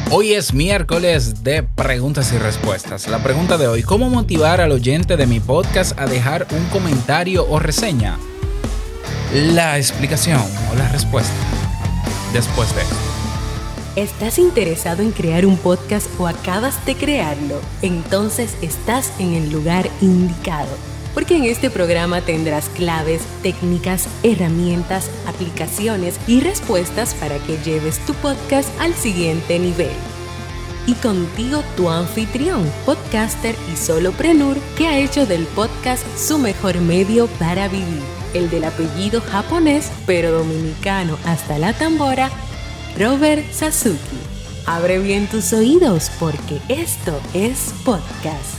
Hoy es miércoles de preguntas y respuestas. La pregunta de hoy: ¿cómo motivar al oyente de mi podcast a dejar un comentario o reseña? La explicación o la respuesta después de esto. ¿Estás interesado en crear un podcast o acabas de crearlo? Entonces estás en el lugar indicado, porque en este programa tendrás claves, técnicas, herramientas, aplicaciones y respuestas para que lleves tu podcast al siguiente nivel. Y contigo tu anfitrión, podcaster y solopreneur que ha hecho del podcast su mejor medio para vivir, el del apellido japonés pero dominicano hasta la tambora, Robert Sasuki. Abre bien tus oídos porque esto es podcast.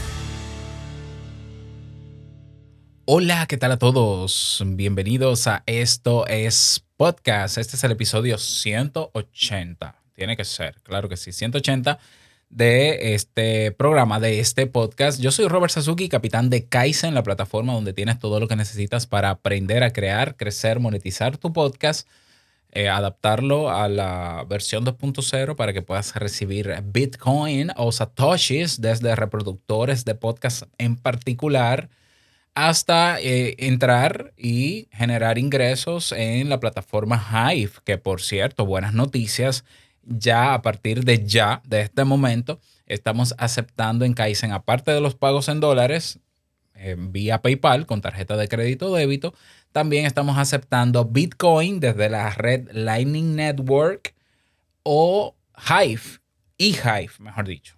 Hola, ¿qué tal a todos? Bienvenidos a Esto es Podcast. Este es el episodio 180. Tiene que ser, claro que sí, 180 de este programa, de este podcast. Yo soy Robert Sasuki, capitán de Kaizen, la plataforma donde tienes todo lo que necesitas para aprender a crear, crecer, monetizar tu podcast, adaptarlo a la versión 2.0 para que puedas recibir Bitcoin o Satoshis desde reproductores de podcast en particular, hasta entrar y generar ingresos en la plataforma Hive, que por cierto, buenas noticias, ya a partir de este momento, estamos aceptando en Kaizen, aparte de los pagos en dólares, vía PayPal con tarjeta de crédito o débito, también estamos aceptando Bitcoin desde la red Lightning Network o Hive, eHive, mejor dicho.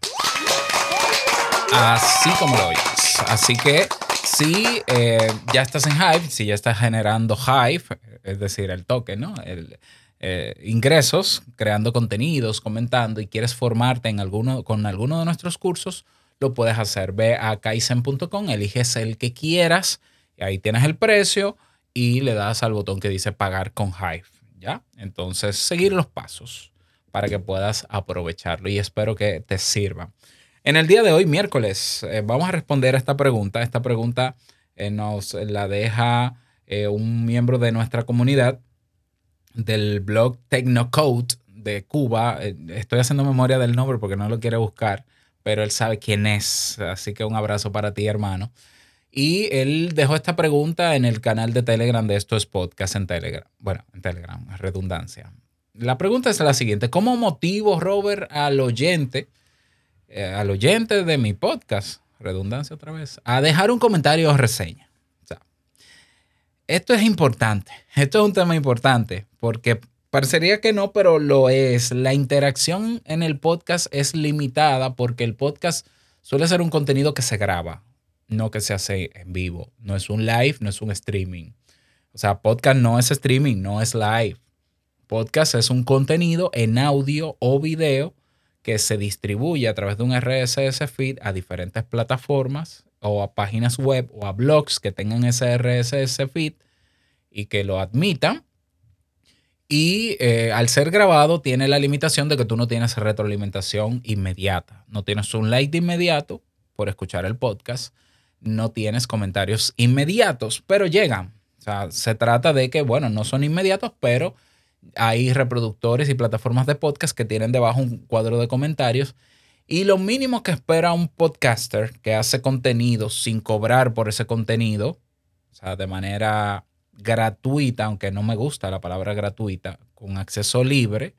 Así como lo oyes. Así que si ya estás en Hive, si ya estás generando Hive, es decir, el token, ¿no? Ingresos, creando contenidos, comentando y quieres formarte con alguno de nuestros cursos, lo puedes hacer. Ve a kaizen.com, eliges el que quieras, y ahí tienes el precio y le das al botón que dice pagar con Hive, ¿ya? Entonces, seguir los pasos para que puedas aprovecharlo y espero que te sirva. En el día de hoy, miércoles, vamos a responder a esta pregunta. Esta pregunta nos la deja un miembro de nuestra comunidad del blog Tecnocode de Cuba. Estoy haciendo memoria del nombre porque no lo quiere buscar, pero él sabe quién es. Así que un abrazo para ti, hermano. Y él dejó esta pregunta en el canal de Telegram de Esto es Podcast en Telegram. Bueno, en Telegram, es redundancia. La pregunta es la siguiente: ¿cómo motivo, Robert, al oyente de mi podcast, redundancia otra vez, a dejar un comentario o reseña? O sea, esto es importante. Esto es un tema importante porque parecería que no, pero lo es. La interacción en el podcast es limitada porque el podcast suele ser un contenido que se graba, no que se hace en vivo. No es un live, no es un streaming. O sea, podcast no es streaming, no es live. Podcast es un contenido en audio o video que se distribuye a través de un RSS feed a diferentes plataformas o a páginas web o a blogs que tengan ese RSS feed y que lo admitan. Y al ser grabado tiene la limitación de que tú no tienes retroalimentación inmediata. No tienes un like de inmediato por escuchar el podcast. No tienes comentarios inmediatos, pero llegan. O sea, se trata de que, bueno, no son inmediatos, pero hay reproductores y plataformas de podcast que tienen debajo un cuadro de comentarios. Y lo mínimo que espera un podcaster que hace contenido sin cobrar por ese contenido, o sea, de manera gratuita, aunque no me gusta la palabra gratuita, con acceso libre,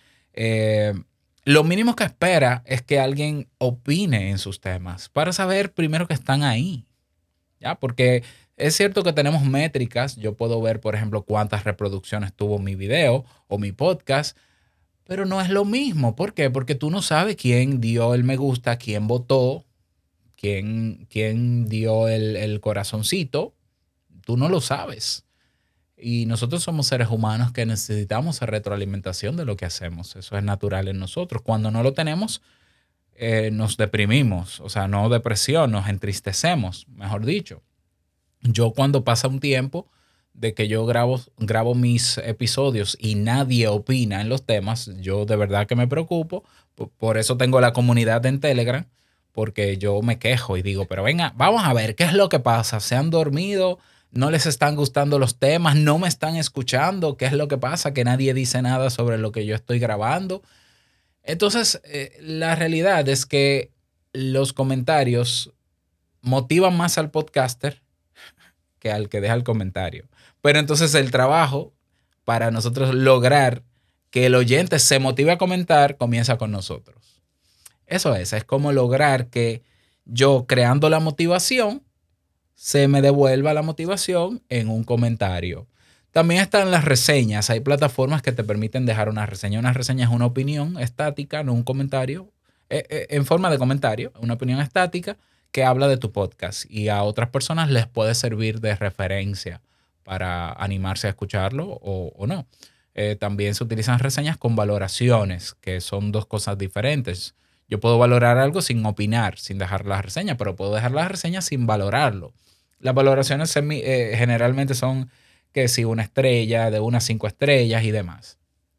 lo mínimo que espera es que alguien opine en sus temas para saber primero que están ahí, ¿ya? Porque es cierto que tenemos métricas. Yo puedo ver, por ejemplo, cuántas reproducciones tuvo mi video o mi podcast, pero no es lo mismo. ¿Por qué? Porque tú no sabes quién dio el me gusta, quién votó, quién dio el corazoncito. Tú no lo sabes. Y nosotros somos seres humanos que necesitamos retroalimentación de lo que hacemos. Eso es natural en nosotros. Cuando no lo tenemos, nos deprimimos. O sea, no depresión, nos entristecemos, mejor dicho. Yo cuando pasa un tiempo de que yo grabo mis episodios y nadie opina en los temas, yo de verdad que me preocupo. Por eso tengo la comunidad en Telegram, porque yo me quejo y digo, pero venga, vamos a ver qué es lo que pasa. ¿Se han dormido? ¿No les están gustando los temas? ¿No me están escuchando? ¿Qué es lo que pasa? Que nadie dice nada sobre lo que yo estoy grabando. Entonces, la realidad es que los comentarios motivan más al podcaster que al que deja el comentario. Pero entonces el trabajo para nosotros lograr que el oyente se motive a comentar comienza con nosotros. Eso es como lograr que yo, creando la motivación, se me devuelva la motivación en un comentario. También están las reseñas. Hay plataformas que te permiten dejar una reseña. Una reseña es una opinión estática, no un comentario, en forma de comentario, una opinión estática que habla de tu podcast y a otras personas les puede servir de referencia para animarse a escucharlo o no. También se utilizan reseñas con valoraciones, que son dos cosas diferentes. Yo puedo valorar algo sin opinar, sin dejar la reseña, pero puedo dejar la reseña sin valorarlo. Las valoraciones generalmente son que si una estrella, de unas 5 estrellas y demás.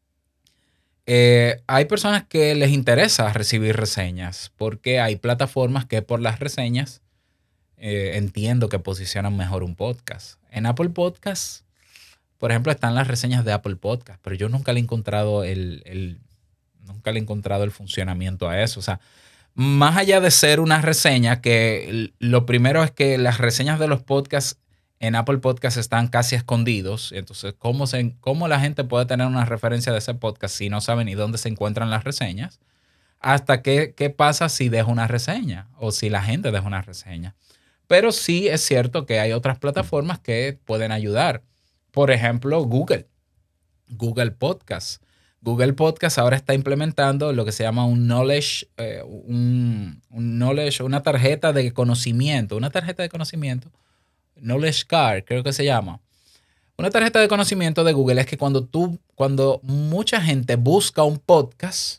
Hay personas que les interesa recibir reseñas porque hay plataformas que por las reseñas entiendo que posicionan mejor un podcast. En Apple Podcasts, por ejemplo, están las reseñas de Apple Podcasts, pero yo nunca le he encontrado nunca le he encontrado el funcionamiento a eso. O sea, más allá de ser una reseña, que lo primero es que las reseñas de los podcasts en Apple Podcasts están casi escondidos. Entonces, ¿cómo la gente puede tener una referencia de ese podcast si no sabe ni dónde se encuentran las reseñas? Hasta qué pasa si dejo una reseña o si la gente deja una reseña. Pero sí es cierto que hay otras plataformas que pueden ayudar. Por ejemplo, Google Podcasts. Google Podcasts ahora está implementando lo que se llama un knowledge, una tarjeta de conocimiento. Knowledge Card, creo que se llama. Una tarjeta de conocimiento de Google es que cuando mucha gente busca un podcast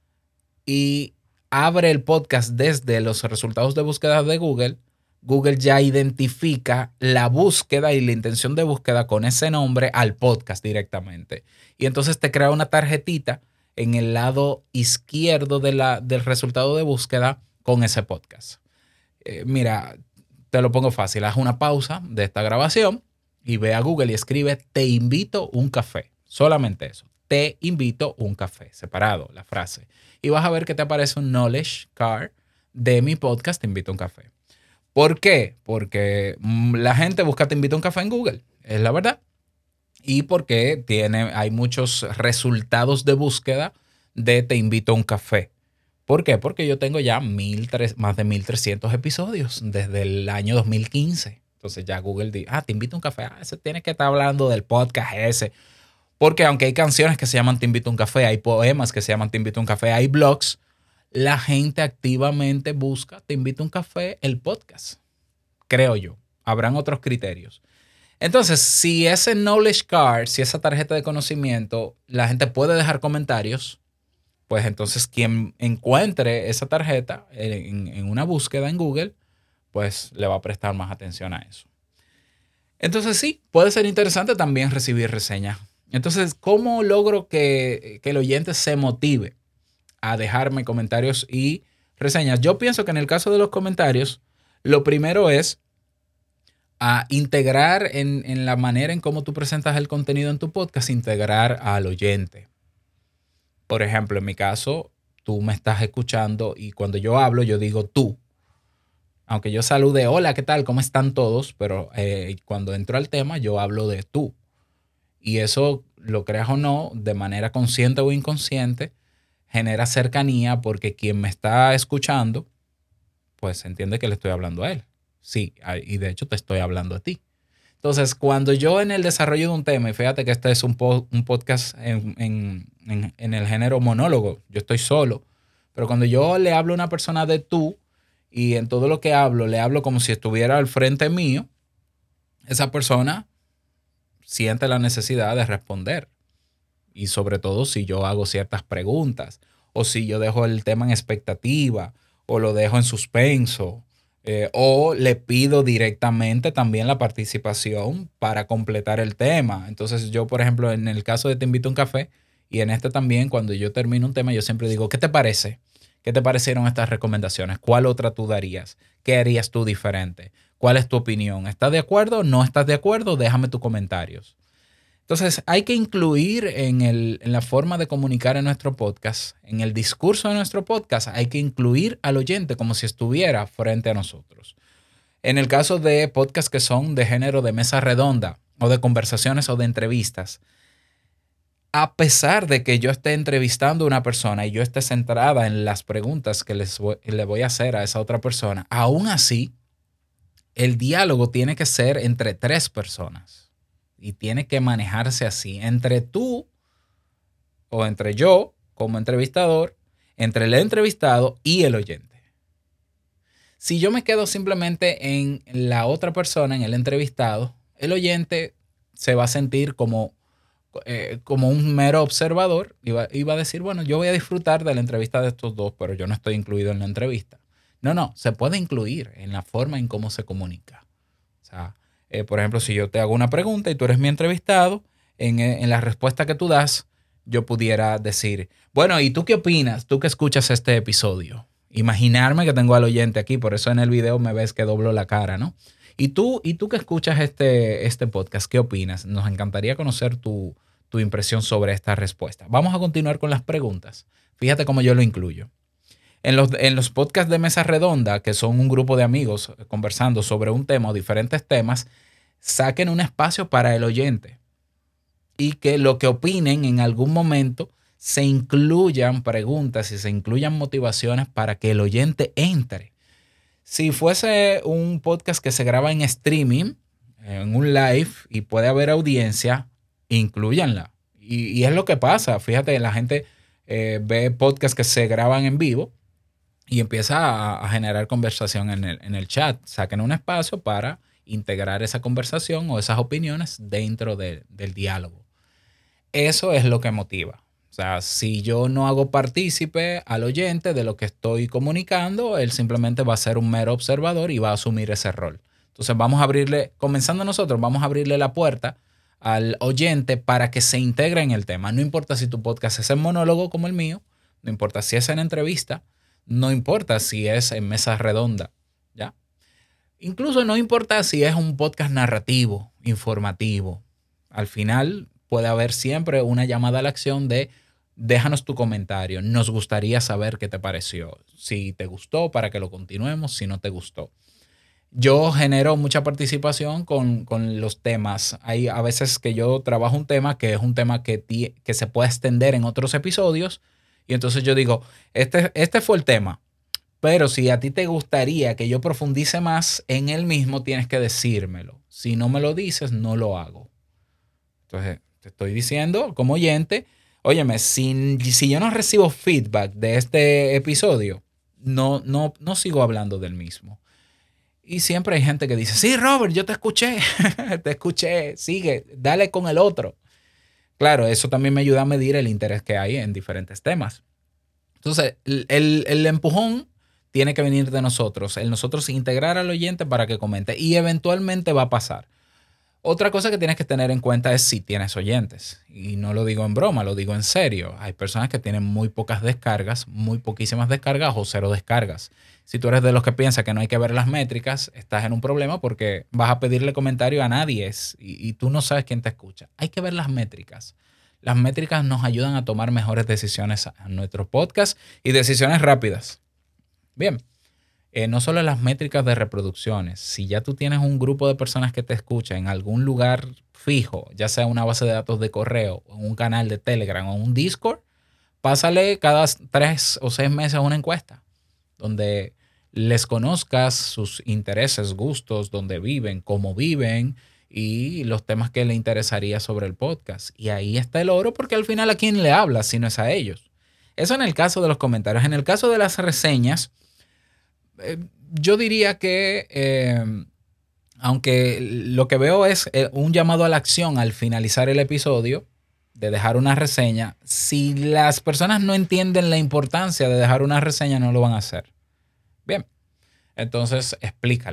y abre el podcast desde los resultados de búsqueda de Google, Google ya identifica la búsqueda y la intención de búsqueda con ese nombre al podcast directamente. Y entonces te crea una tarjetita en el lado izquierdo del resultado de búsqueda con ese podcast. Mira, te lo pongo fácil. Haz una pausa de esta grabación y ve a Google y escribe "te invito un café". Solamente eso. Te invito un café. Separado la frase. Y vas a ver que te aparece un knowledge card de mi podcast Te invito un café. ¿Por qué? Porque la gente busca Te invito un café en Google. Es la verdad. Y porque hay muchos resultados de búsqueda de Te invito a un café. ¿Por qué? Porque yo tengo ya más de 1,300 episodios desde el año 2015. Entonces ya Google dice, Te invito a un café. Ese tiene que estar hablando del podcast ese. Porque aunque hay canciones que se llaman Te invito a un café, hay poemas que se llaman Te invito a un café, hay blogs, la gente activamente busca Te invito a un café, el podcast. Creo yo. Habrán otros criterios. Entonces, si ese knowledge card, si esa tarjeta de conocimiento, la gente puede dejar comentarios, pues entonces quien encuentre esa tarjeta en una búsqueda en Google, pues le va a prestar más atención a eso. Entonces sí, puede ser interesante también recibir reseñas. Entonces, ¿cómo logro que el oyente se motive a dejarme comentarios y reseñas? Yo pienso que en el caso de los comentarios, lo primero es a integrar en la manera en cómo tú presentas el contenido en tu podcast, integrar al oyente. Por ejemplo, en mi caso, tú me estás escuchando y cuando yo hablo, yo digo tú. Aunque yo salude, hola, ¿qué tal? ¿Cómo están todos? Pero cuando entro al tema, yo hablo de tú. Y eso, lo creas o no, de manera consciente o inconsciente, genera cercanía porque quien me está escuchando, pues entiende que le estoy hablando a él. Sí, y de hecho te estoy hablando a ti. Entonces, cuando yo en el desarrollo de un tema, y fíjate que este es un podcast en el género monólogo, yo estoy solo, pero cuando yo le hablo a una persona de tú, y en todo lo que hablo, le hablo como si estuviera al frente mío, esa persona siente la necesidad de responder. Y sobre todo si yo hago ciertas preguntas, o si yo dejo el tema en expectativa, o lo dejo en suspenso, o le pido directamente también la participación para completar el tema. Entonces yo, por ejemplo, en el caso de Te invito a un café, y en este también, cuando yo termino un tema, yo siempre digo, ¿qué te parece? ¿Qué te parecieron estas recomendaciones? ¿Cuál otra tú darías? ¿Qué harías tú diferente? ¿Cuál es tu opinión? ¿Estás de acuerdo? ¿No estás de acuerdo? Déjame tus comentarios. Entonces, hay que incluir en la forma de comunicar en nuestro podcast, en el discurso de nuestro podcast, hay que incluir al oyente como si estuviera frente a nosotros. En el caso de podcasts que son de género de mesa redonda o de conversaciones o de entrevistas, a pesar de que yo esté entrevistando a una persona y yo esté centrada en las preguntas que le voy a hacer a esa otra persona, aún así, el diálogo tiene que ser entre tres personas y tiene que manejarse así, entre tú o entre yo como entrevistador, entre el entrevistado y el oyente. Si yo me quedo simplemente en la otra persona, en el entrevistado, el oyente se va a sentir como un mero observador y va a decir, bueno, yo voy a disfrutar de la entrevista de estos dos, pero yo no estoy incluido en la entrevista. No, se puede incluir en la forma en cómo se comunica. O sea, por ejemplo, si yo te hago una pregunta y tú eres mi entrevistado, en la respuesta que tú das, yo pudiera decir, bueno, ¿y tú qué opinas? Tú que escuchas este episodio. Imaginarme que tengo al oyente aquí, por eso en el video me ves que doblo la cara, ¿no? ¿Y tú que escuchas este podcast, qué opinas? Nos encantaría conocer tu impresión sobre esta respuesta. Vamos a continuar con las preguntas. Fíjate cómo yo lo incluyo. En los podcasts de mesa redonda, que son un grupo de amigos conversando sobre un tema o diferentes temas, saquen un espacio para el oyente y que lo que opinen en algún momento se incluyan preguntas y se incluyan motivaciones para que el oyente entre. Si fuese un podcast que se graba en streaming, en un live y puede haber audiencia, incluyanla. Y es lo que pasa. Fíjate, la gente ve podcasts que se graban en vivo y empieza a generar conversación en el chat. Saquen un espacio para integrar esa conversación o esas opiniones dentro del diálogo. Eso es lo que motiva. O sea, si yo no hago partícipe al oyente de lo que estoy comunicando, él simplemente va a ser un mero observador y va a asumir ese rol. Entonces vamos a abrirle, comenzando nosotros, vamos a abrirle la puerta al oyente para que se integre en el tema. No importa si tu podcast es en monólogo como el mío, no importa si es en entrevista, no importa si es en mesa redonda, ¿ya? Incluso no importa si es un podcast narrativo, informativo. Al final puede haber siempre una llamada a la acción de déjanos tu comentario. Nos gustaría saber qué te pareció. Si te gustó, para que lo continuemos. Si no te gustó. Yo genero mucha participación con los temas. Hay a veces que yo trabajo un tema que es un tema que se puede extender en otros episodios. Y entonces yo digo, este fue el tema. Pero si a ti te gustaría que yo profundice más en él mismo, tienes que decírmelo. Si no me lo dices, no lo hago. Entonces, te estoy diciendo como oyente, óyeme, si yo no recibo feedback de este episodio, no sigo hablando del mismo. Y siempre hay gente que dice, sí, Robert, yo te escuché, sigue, dale con el otro. Claro, eso también me ayuda a medir el interés que hay en diferentes temas. Entonces, el empujón tiene que venir de nosotros, el nosotros integrar al oyente para que comente y eventualmente va a pasar. Otra cosa que tienes que tener en cuenta es si tienes oyentes. Y no lo digo en broma, lo digo en serio. Hay personas que tienen muy pocas descargas, muy poquísimas descargas o cero descargas. Si tú eres de los que piensa que no hay que ver las métricas, estás en un problema porque vas a pedirle comentario a nadie y tú no sabes quién te escucha. Hay que ver las métricas. Las métricas nos ayudan a tomar mejores decisiones en nuestro podcast y decisiones rápidas. Bien. No solo las métricas de reproducciones, si ya tú tienes un grupo de personas que te escuchan en algún lugar fijo, ya sea una base de datos de correo, un canal de Telegram o un Discord, pásale cada 3 o 6 meses una encuesta donde les conozcas sus intereses, gustos, dónde viven, cómo viven y los temas que le interesaría sobre el podcast. Y ahí está el oro porque al final a quién le hablas si no es a ellos. Eso en el caso de los comentarios. En el caso de las reseñas, yo diría que, aunque lo que veo es un llamado a la acción al finalizar el episodio, de dejar una reseña, si las personas no entienden la importancia de dejar una reseña, no lo van a hacer. Bien, entonces explica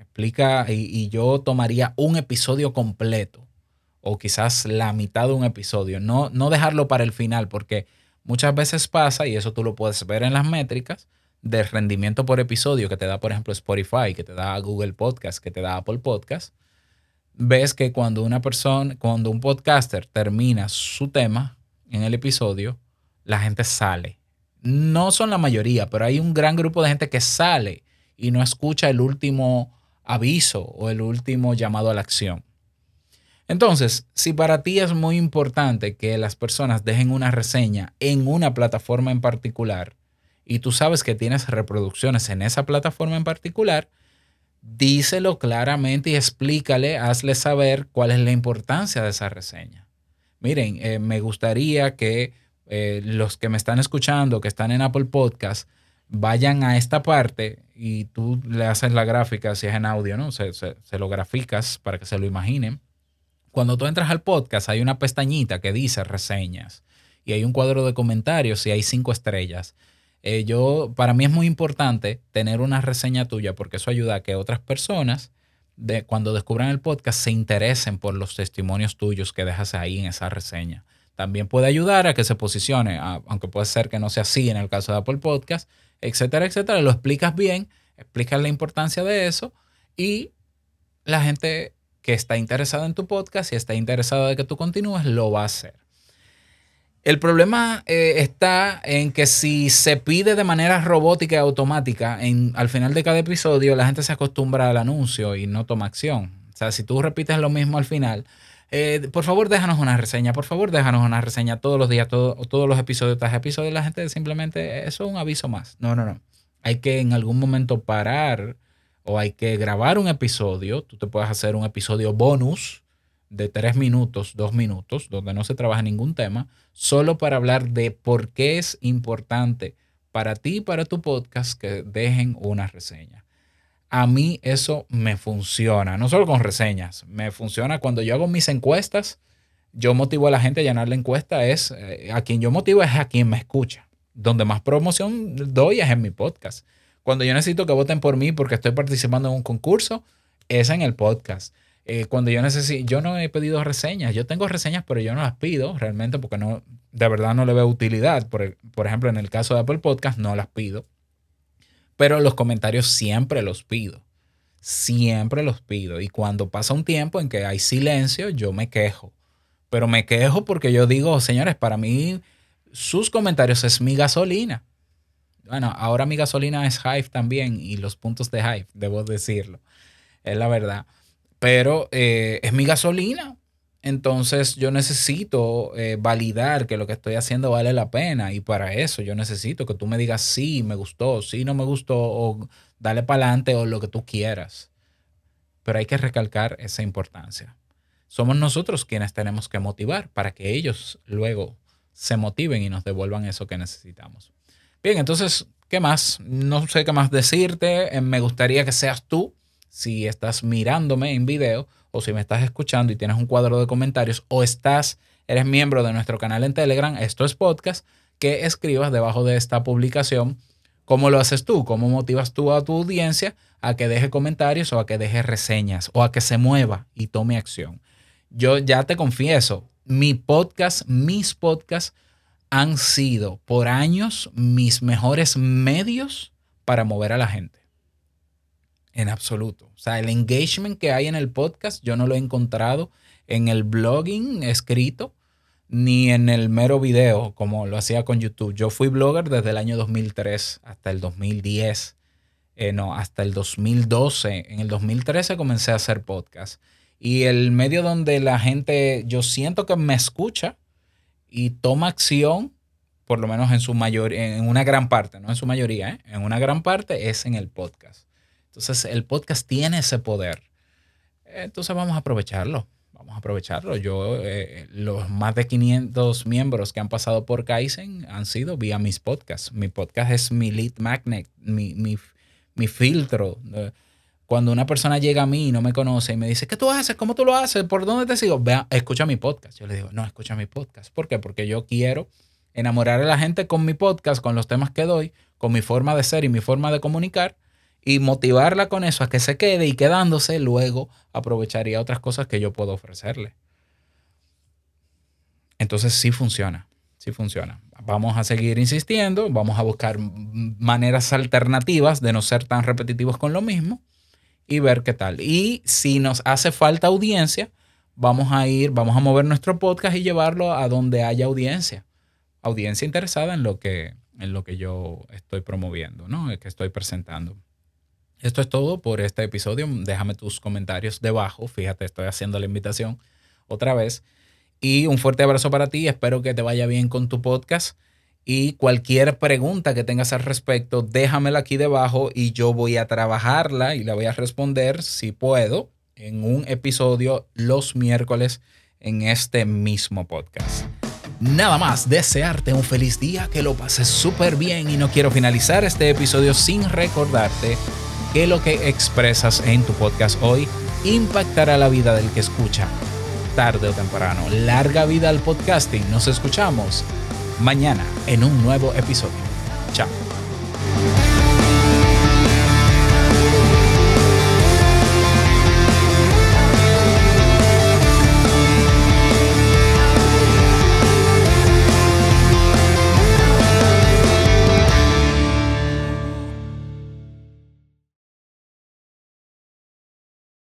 y yo tomaría un episodio completo o quizás la mitad de un episodio, no dejarlo para el final, porque muchas veces pasa, y eso tú lo puedes ver en las métricas, del rendimiento por episodio que te da, por ejemplo, Spotify, que te da Google Podcast, que te da Apple Podcast, ves que cuando cuando un podcaster termina su tema en el episodio, la gente sale. No son la mayoría, pero hay un gran grupo de gente que sale y no escucha el último aviso o el último llamado a la acción. Entonces, si para ti es muy importante que las personas dejen una reseña en una plataforma en particular y tú sabes que tienes reproducciones en esa plataforma en particular, díselo claramente y explícale, hazle saber cuál es la importancia de esa reseña. Miren, me gustaría que los que me están escuchando, que están en Apple Podcast, vayan a esta parte y tú le haces la gráfica, si es en audio, ¿no? Se lo graficas para que se lo imaginen. Cuando tú entras al podcast hay una pestañita que dice reseñas y hay un cuadro de comentarios y hay 5 estrellas. Para mí es muy importante tener una reseña tuya porque eso ayuda a que otras personas, cuando descubran el podcast, se interesen por los testimonios tuyos que dejas ahí en esa reseña. También puede ayudar a que se posicione, aunque puede ser que no sea así en el caso de Apple Podcast, etcétera, etcétera. Lo explicas bien, explicas la importancia de eso y la gente que está interesada en tu podcast y está interesada de que tú continúes, lo va a hacer. El problema está en que si se pide de manera robótica y automática, al final de cada episodio la gente se acostumbra al anuncio y no toma acción. O sea, si tú repites lo mismo al final, por favor déjanos una reseña, por favor déjanos una reseña todos los días, todos los episodios tras episodio, la gente simplemente, eso es un aviso más. No. Hay que en algún momento parar o hay que grabar un episodio. Tú te puedes hacer un episodio bonus de 3 minutos, 2 minutos, donde no se trabaja ningún tema, solo para hablar de por qué es importante para ti y para tu podcast que dejen una reseña. A mí eso me funciona, no solo con reseñas, me funciona cuando yo hago mis encuestas, yo motivo a la gente a llenar la encuesta, a quien yo motivo es a quien me escucha. Donde más promoción doy es en mi podcast. Cuando yo necesito que voten por mí porque estoy participando en un concurso, es en el podcast. Cuando yo no he pedido reseñas, yo tengo reseñas, pero yo no las pido realmente porque no, de verdad no le veo utilidad. Por ejemplo, en el caso de Apple Podcast no las pido, pero los comentarios siempre los pido. Siempre los pido. Y cuando pasa un tiempo en que hay silencio, yo me quejo. Pero me quejo porque yo digo, señores, para mí sus comentarios es mi gasolina. Bueno, ahora mi gasolina es Hive también y los puntos de Hive, debo decirlo. Es la verdad. Pero es mi gasolina. Entonces yo necesito validar que lo que estoy haciendo vale la pena. Y para eso yo necesito que tú me digas sí, me gustó, sí, no me gustó, o dale para adelante o lo que tú quieras. Pero hay que recalcar esa importancia. Somos nosotros quienes tenemos que motivar para que ellos luego se motiven y nos devuelvan eso que necesitamos. Bien, entonces, ¿qué más? No sé qué más decirte. Me gustaría que seas tú, si estás mirándome en video o si me estás escuchando y tienes un cuadro de comentarios o eres miembro de nuestro canal en Telegram, esto es podcast, que escribas debajo de esta publicación cómo lo haces tú, cómo motivas tú a tu audiencia a que deje comentarios o a que deje reseñas o a que se mueva y tome acción. Yo ya te confieso, mis podcasts han sido por años mis mejores medios para mover a la gente. En absoluto. O sea, el engagement que hay en el podcast yo no lo he encontrado en el blogging escrito ni en el mero video como lo hacía con YouTube. Yo fui blogger desde el año 2003 hasta el 2010. Hasta el 2012. En el 2013 comencé a hacer podcast. Y el medio donde la gente, yo siento que me escucha y toma acción, por lo menos en una gran parte, no en su mayoría, en una gran parte es en el podcast. Entonces el podcast tiene ese poder. Entonces vamos a aprovecharlo. Los más de 500 miembros que han pasado por Kaizen han sido vía mis podcasts. Mi podcast es mi lead magnet, mi filtro. Cuando una persona llega a mí y no me conoce y me dice, ¿qué tú haces? ¿Cómo tú lo haces? ¿Por dónde te sigo? Vea, escucha mi podcast. Yo le digo, no, escucha mi podcast. ¿Por qué? Porque yo quiero enamorar a la gente con mi podcast, con los temas que doy, con mi forma de ser y mi forma de comunicar y motivarla con eso a que se quede y quedándose, luego aprovecharía otras cosas que yo puedo ofrecerle. Entonces sí funciona. Vamos a seguir insistiendo, vamos a buscar maneras alternativas de no ser tan repetitivos con lo mismo y ver qué tal. Y si nos hace falta audiencia, vamos a mover nuestro podcast y llevarlo a donde haya audiencia interesada en lo que yo estoy promoviendo, ¿no? Que estoy presentando. Esto es todo por este episodio. Déjame tus comentarios debajo. Fíjate, estoy haciendo la invitación otra vez. Y un fuerte abrazo para ti. Espero que te vaya bien con tu podcast. Y cualquier pregunta que tengas al respecto, déjamela aquí debajo y yo voy a trabajarla y la voy a responder, si puedo, en un episodio los miércoles en este mismo podcast. Nada más, desearte un feliz día, que lo pases súper bien, y no quiero finalizar este episodio sin recordarte que lo que expresas en tu podcast hoy impactará la vida del que escucha, tarde o temprano. Larga vida al podcasting. Nos escuchamos mañana en un nuevo episodio. Chao.